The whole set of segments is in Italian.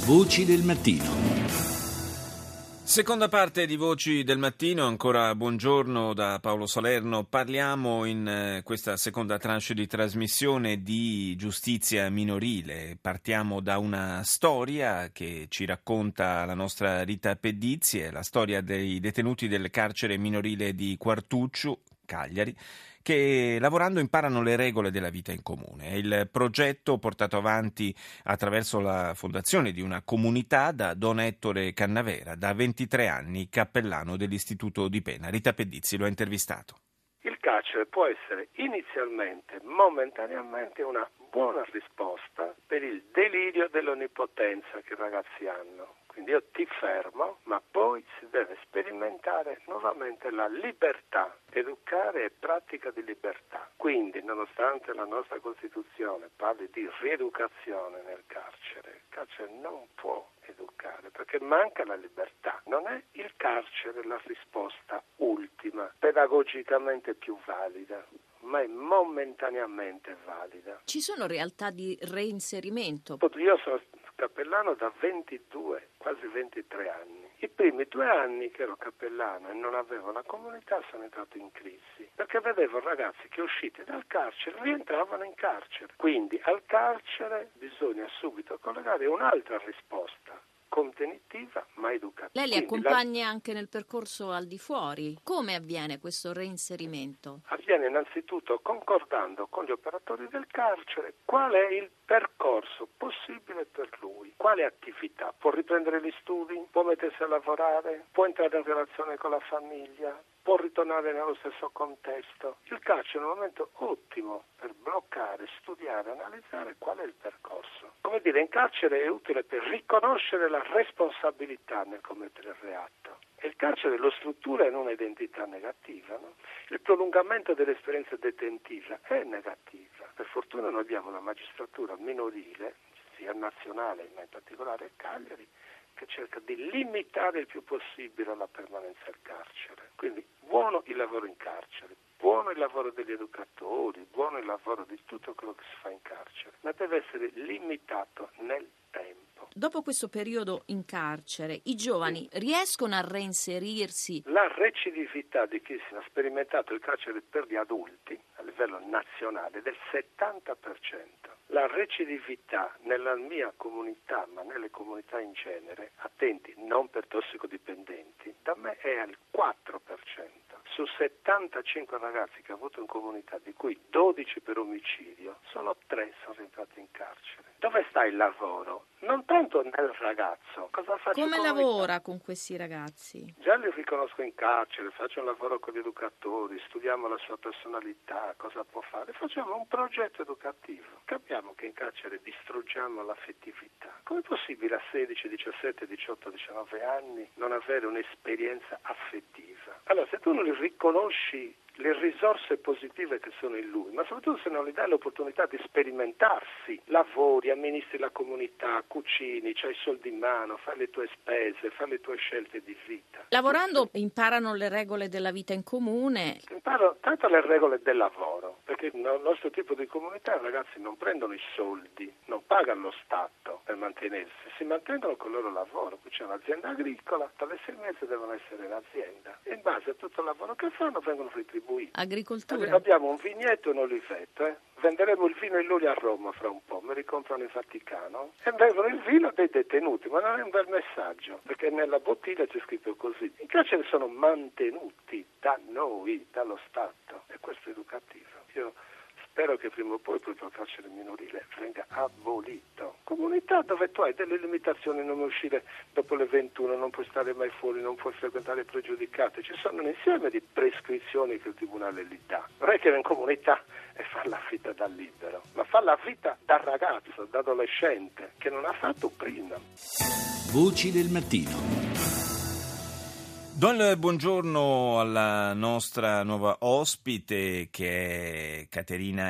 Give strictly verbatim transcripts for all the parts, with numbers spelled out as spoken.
Voci del mattino. Seconda parte di Voci del Mattino, ancora buongiorno da Paolo Salerno. Parliamo in eh, questa seconda tranche di trasmissione di giustizia minorile. Partiamo da una storia che ci racconta la nostra Rita Pedizzi, la storia dei detenuti del carcere minorile di Quartucciu, Cagliari, che lavorando imparano le regole della vita in comune. È il progetto portato avanti attraverso la fondazione di una comunità da Don Ettore Cannavera, da ventitré anni cappellano dell'Istituto di Pena. Rita Pedizzi lo ha intervistato. Il carcere può essere inizialmente, momentaneamente, una buona risposta per il delirio dell'onnipotenza che i ragazzi hanno. Quindi io ti fermo, ma poi si deve sperimentare nuovamente la libertà, educare e pratica di libertà. Quindi, nonostante la nostra Costituzione parli di rieducazione nel carcere, il carcere non può educare perché manca la libertà. Non è il carcere la risposta ultima, pedagogicamente più valida, ma è momentaneamente valida. Ci sono realtà di reinserimento? Io sono cappellano da ventidue, quasi ventitré anni. I primi due anni che ero cappellano e non avevo la comunità sono entrato in crisi, perché vedevo ragazzi che usciti dal carcere rientravano in carcere. Quindi al carcere bisogna subito collegare un'altra risposta, contenitiva ma educativa. Lei li Quindi accompagna la... anche nel percorso al di fuori. Come avviene questo reinserimento? Avviene innanzitutto concordando con gli operatori del carcere qual è il percorso possibile per lui, quale attività. Può riprendere gli studi, può mettersi a lavorare, può entrare in relazione con la famiglia, può ritornare nello stesso contesto. Il carcere è un momento ottimo per bloccare, studiare, analizzare qual è il percorso. Come dire, in carcere è utile per riconoscere la responsabilità nel commettere il reato. E il carcere lo struttura in un'identità negativa, no? Il prolungamento dell'esperienza detentiva è negativa. Per fortuna noi abbiamo una magistratura minorile, sia nazionale ma in particolare a Cagliari, che cerca di limitare il più possibile la permanenza al carcere. Quindi buono il lavoro in carcere, buono il lavoro degli educatori, buono il lavoro di tutto quello che si fa in carcere, ma deve essere limitato nel tempo. Dopo questo periodo in carcere, i giovani sì. riescono a reinserirsi? La recidività di chi si ha sperimentato il carcere per gli adulti a livello nazionale è del settanta per cento. La recidività nella mia comunità, ma nelle comunità in genere, attenti, non per tossicodipendenti, da me è al quattro per cento. Su settantacinque ragazzi che ho avuto in comunità, di cui dodici per omicidio, solo tre sono rientrati in carcere. Dove sta il lavoro? Non tanto nel ragazzo. Cosa faccio? Come comunità? lavora con questi ragazzi? Già li riconosco in carcere, faccio un lavoro con gli educatori, studiamo la sua personalità, cosa può fare, facciamo un progetto educativo. Capiamo che in carcere distruggiamo l'affettività. Com'è possibile a sedici, diciassette, diciotto, diciannove anni non avere un'esperienza affettiva? Allora, se tu non li riconosci le risorse positive che sono in lui, ma soprattutto se non gli dai l'opportunità di sperimentarsi, lavori, amministri la comunità, cucini, c'hai i soldi in mano, fai le tue spese, fai le tue scelte di vita. Lavorando imparano le regole della vita in comune. Imparano tanto le regole del lavoro, perché nel nostro tipo di comunità i ragazzi non prendono i soldi, non pagano lo Stato per mantenersi, si mantengono con il loro lavoro. Qui c'è un'azienda agricola, dalle sei mesi devono essere in azienda e in base a tutto il lavoro che fanno vengono retribuiti. Agricoltura. Abbiamo un vigneto e un oliveto, eh? Venderemo il vino in Luli a Roma fra un po', mi ricomprano in Vaticano e bevono il vino dei detenuti, ma non è un bel messaggio, perché nella bottiglia c'è scritto così. I carceri sono mantenuti da noi, dallo Stato, e questo è educativo. Io spero che prima o poi proprio il carcere minorile venga abolito. Comunità dove tu hai delle limitazioni, non puoi uscire dopo le ventuno, non puoi stare mai fuori, non puoi frequentare pregiudicati. Ci sono un insieme di prescrizioni che il tribunale gli dà. Non è che in comunità e fa la vita da libero, ma fa la vita da ragazzo, da adolescente, che non ha fatto prima. Voci del mattino. Do il buongiorno alla nostra nuova ospite che è Caterina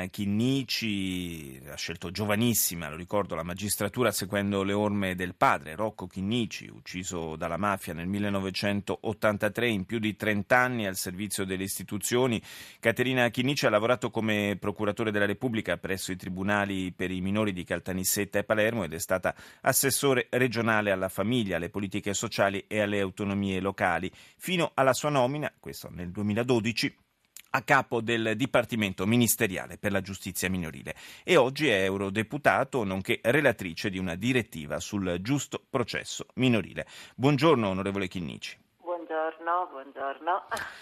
Chinnici, ha scelto giovanissima, lo ricordo, la magistratura seguendo le orme del padre, Rocco Chinnici, ucciso dalla mafia nel millenovecentottantatré, in più di trenta anni al servizio delle istituzioni. Caterina Chinnici ha lavorato come procuratore della Repubblica presso i tribunali per i minori di Caltanissetta e Palermo ed è stata assessore regionale alla famiglia, alle politiche sociali e alle autonomie locali, fino alla sua nomina, questo nel duemiladodici, a capo del Dipartimento Ministeriale per la Giustizia Minorile e oggi è eurodeputato nonché relatrice di una direttiva sul giusto processo minorile. Buongiorno onorevole Chinnici. Buongiorno, buongiorno.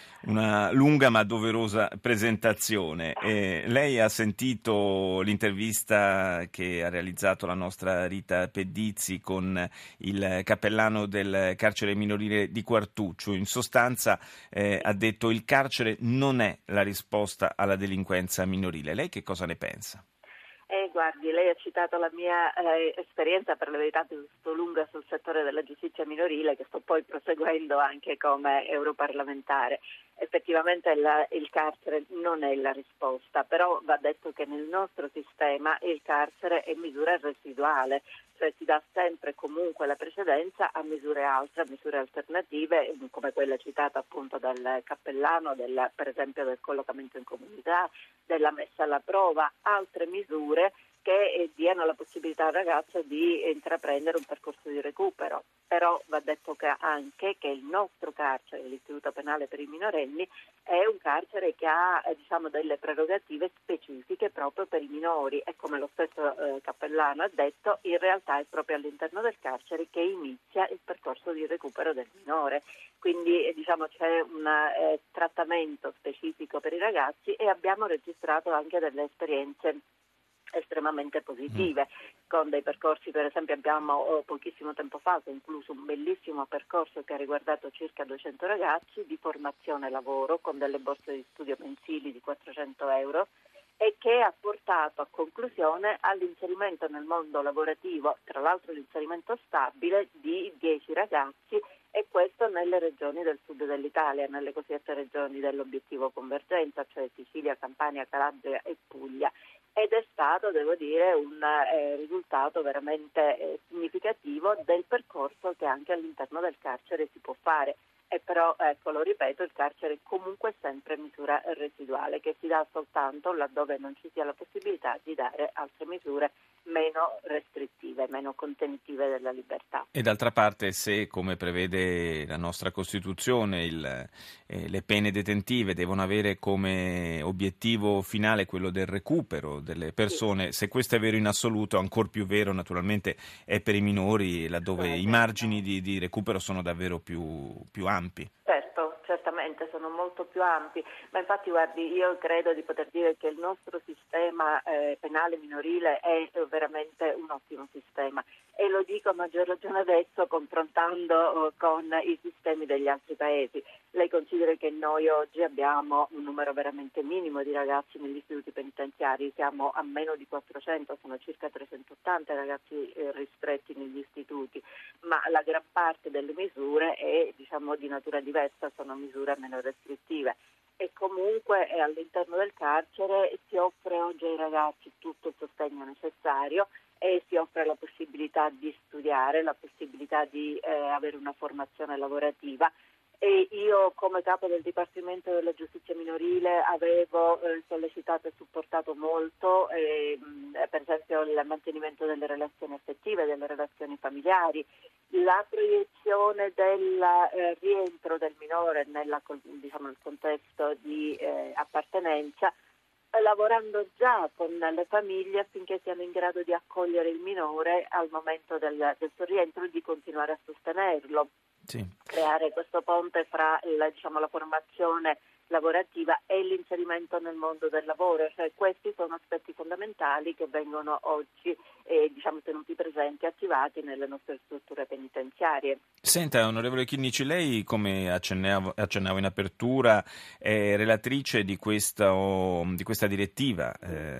Una lunga ma doverosa presentazione. Eh, lei ha sentito l'intervista che ha realizzato la nostra Rita Pedizzi con il cappellano del carcere minorile di Quartuccio. In sostanza eh, ha detto: il carcere non è la risposta alla delinquenza minorile. Lei che cosa ne pensa? Eh, guardi, lei ha citato la mia eh, esperienza, per la verità piuttosto lunga, sul settore della giustizia minorile, che sto poi proseguendo anche come europarlamentare. Effettivamente la, il carcere non è la risposta, però va detto che nel nostro sistema il carcere è misura residuale, cioè si dà sempre e comunque la precedenza a misure altre, a misure alternative, come quella citata appunto dal cappellano, del, per esempio del collocamento in comunità, della messa alla prova, altre misure che diano la possibilità al ragazzo di intraprendere un percorso di recupero. Però va detto che anche che il nostro carcere, l'istituto penale per i minorenni, è un carcere che ha eh, diciamo delle prerogative specifiche proprio per i minori e, come lo stesso eh, cappellano ha detto, in realtà è proprio all'interno del carcere che inizia il percorso di recupero del minore. Quindi eh, diciamo c'è un eh, trattamento specifico per i ragazzi e abbiamo registrato anche delle esperienze estremamente positive, con dei percorsi, per esempio abbiamo oh, pochissimo tempo fa concluso un bellissimo percorso che ha riguardato circa duecento ragazzi di formazione e lavoro con delle borse di studio mensili di quattrocento euro e che ha portato a conclusione all'inserimento nel mondo lavorativo, tra l'altro l'inserimento stabile di dieci ragazzi, e questo nelle regioni del sud dell'Italia, nelle cosiddette regioni dell'obiettivo convergenza, cioè Sicilia, Campania, Calabria e Puglia. Ed è stato, devo dire, un eh, risultato veramente eh, significativo del percorso che anche all'interno del carcere si può fare. E però, ecco, lo ripeto, il carcere è comunque sempre misura residuale, che si dà soltanto laddove non ci sia la possibilità di dare altre misure meno restrittive, meno contenitive della libertà. E d'altra parte, se, come prevede la nostra Costituzione, il, eh, le pene detentive devono avere come obiettivo finale quello del recupero delle persone, sì. Se questo è vero in assoluto, ancor più vero naturalmente è per i minori, laddove eh, i margini di, di recupero sono davvero più, più ampi. Certo, certamente sono molto più ampi, ma infatti guardi, io credo di poter dire che il nostro sistema eh, penale minorile è veramente un ottimo sistema e lo dico a maggior ragione adesso confrontando uh, con i sistemi degli altri paesi. Lei considera che noi oggi abbiamo un numero veramente minimo di ragazzi negli istituti penitenziari, siamo a meno di quattrocento, sono circa trecentottanta ragazzi eh, ristretti negli istituti, ma la gran parte delle misure è diciamo di natura diversa, sono misure meno restrittive. E comunque eh, all'interno del carcere si offre oggi ai ragazzi tutto il sostegno necessario e si offre la possibilità di studiare, la possibilità di eh, avere una formazione lavorativa. E io come capo del Dipartimento della Giustizia Minorile avevo eh, sollecitato e supportato molto eh, mh, per esempio il mantenimento delle relazioni affettive, delle relazioni familiari, la proiezione del eh, rientro del minore nella, diciamo, nel contesto di eh, appartenenza, lavorando già con le famiglie affinché siano in grado di accogliere il minore al momento del, del suo rientro e di continuare a sostenerlo. Sì. Creare questo ponte fra la, diciamo, la formazione lavorativa e l'inserimento nel mondo del lavoro, cioè questi sono aspetti fondamentali che vengono oggi eh, diciamo tenuti presenti e attivati nelle nostre strutture penitenziarie. Senta, onorevole Chinnici, lei, come accennavo, accennavo in apertura, è relatrice di questa, di questa direttiva, eh,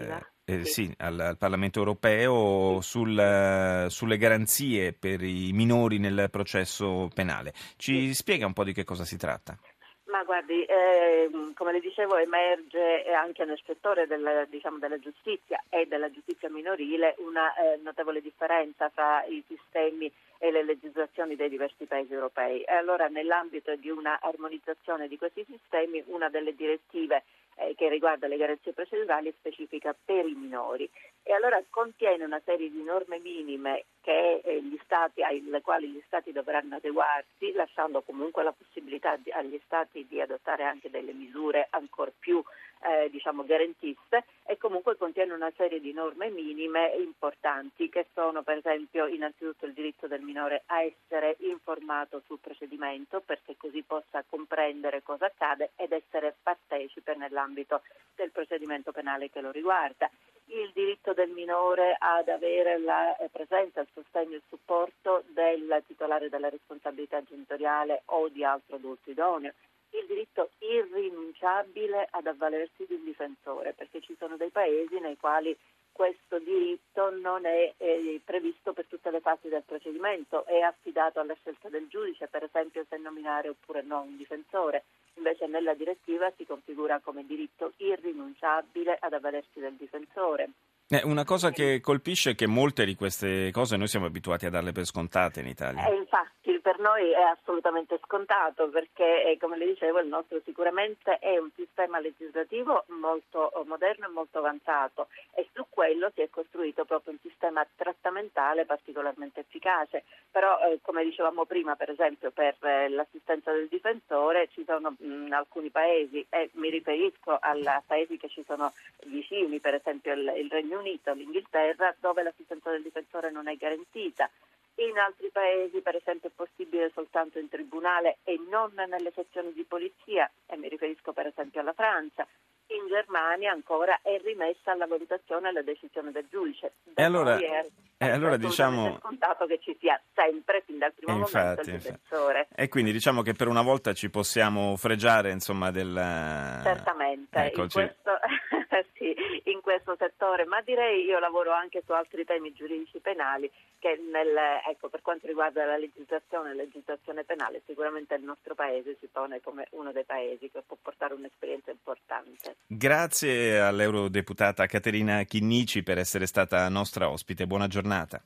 Eh, sì, al, al Parlamento europeo sul, sulle garanzie per i minori nel processo penale. Ci Sì. spiega un po' di che cosa si tratta? Ma guardi, eh, come le dicevo, emerge anche nel settore del, diciamo, della giustizia e della giustizia minorile una eh, notevole differenza fra i sistemi e le legislazioni dei diversi paesi europei. E allora, nell'ambito di una armonizzazione di questi sistemi, una delle direttive eh, che riguarda le garanzie procedurali è specifica per i minori. E allora contiene una serie di norme minime che eh, gli stati, alle quali gli Stati dovranno adeguarsi, lasciando comunque la possibilità di, agli Stati di adottare anche delle misure ancor più eh, diciamo garantiste, e comunque contiene una serie di norme minime importanti che sono per esempio innanzitutto il diritto del minore a essere informato sul procedimento perché così possa comprendere cosa accade ed essere partecipe nell'ambito del procedimento penale che lo riguarda. Il diritto del minore ad avere la presenza, il sostegno e il supporto del titolare della responsabilità genitoriale o di altro adulto idoneo. Il diritto irrinunciabile ad avvalersi di un difensore, perché ci sono dei paesi nei quali questo diritto non è eh, previsto per tutte le fasi del procedimento, è affidato alla scelta del giudice, per esempio se nominare oppure no un difensore. Invece nella direttiva si configura come diritto irrinunciabile ad avvalersi del difensore. Eh, una cosa che colpisce è che molte di queste cose noi siamo abituati a darle per scontate in Italia. E infatti per noi è assolutamente scontato perché, eh, come le dicevo, il nostro sicuramente è un sistema legislativo molto moderno e molto avanzato e su quello si è costruito proprio un sistema trattamentale particolarmente efficace. Però, eh, come dicevamo prima, per esempio per eh, l'assistenza del difensore ci sono mh, alcuni paesi, e mi riferisco a paesi che ci sono vicini, per esempio il, il Regno Unito, l'Inghilterra, dove l'assistenza del difensore non è garantita. In altri paesi, per esempio, è possibile soltanto in tribunale e non nelle sezioni di polizia, e mi riferisco per esempio alla Francia. In Germania ancora è rimessa alla valutazione e alla decisione del giudice. E allora, è, e è allora diciamo scontato che ci sia sempre, fin dal primo infatti, momento, il difensore. Infatti. E quindi diciamo che per una volta ci possiamo fregiare, insomma, del... Certamente, ecco, in, ci... questo, sì, in questo settore, ma direi io lavoro anche su altri temi giuridici penali che nel, ecco, per quanto riguarda la legislazione e la legislazione penale sicuramente il nostro paese si pone come uno dei paesi che può portare un'esperienza importante. Grazie all'eurodeputata Caterina Chinnici per essere stata nostra ospite. Buona giornata.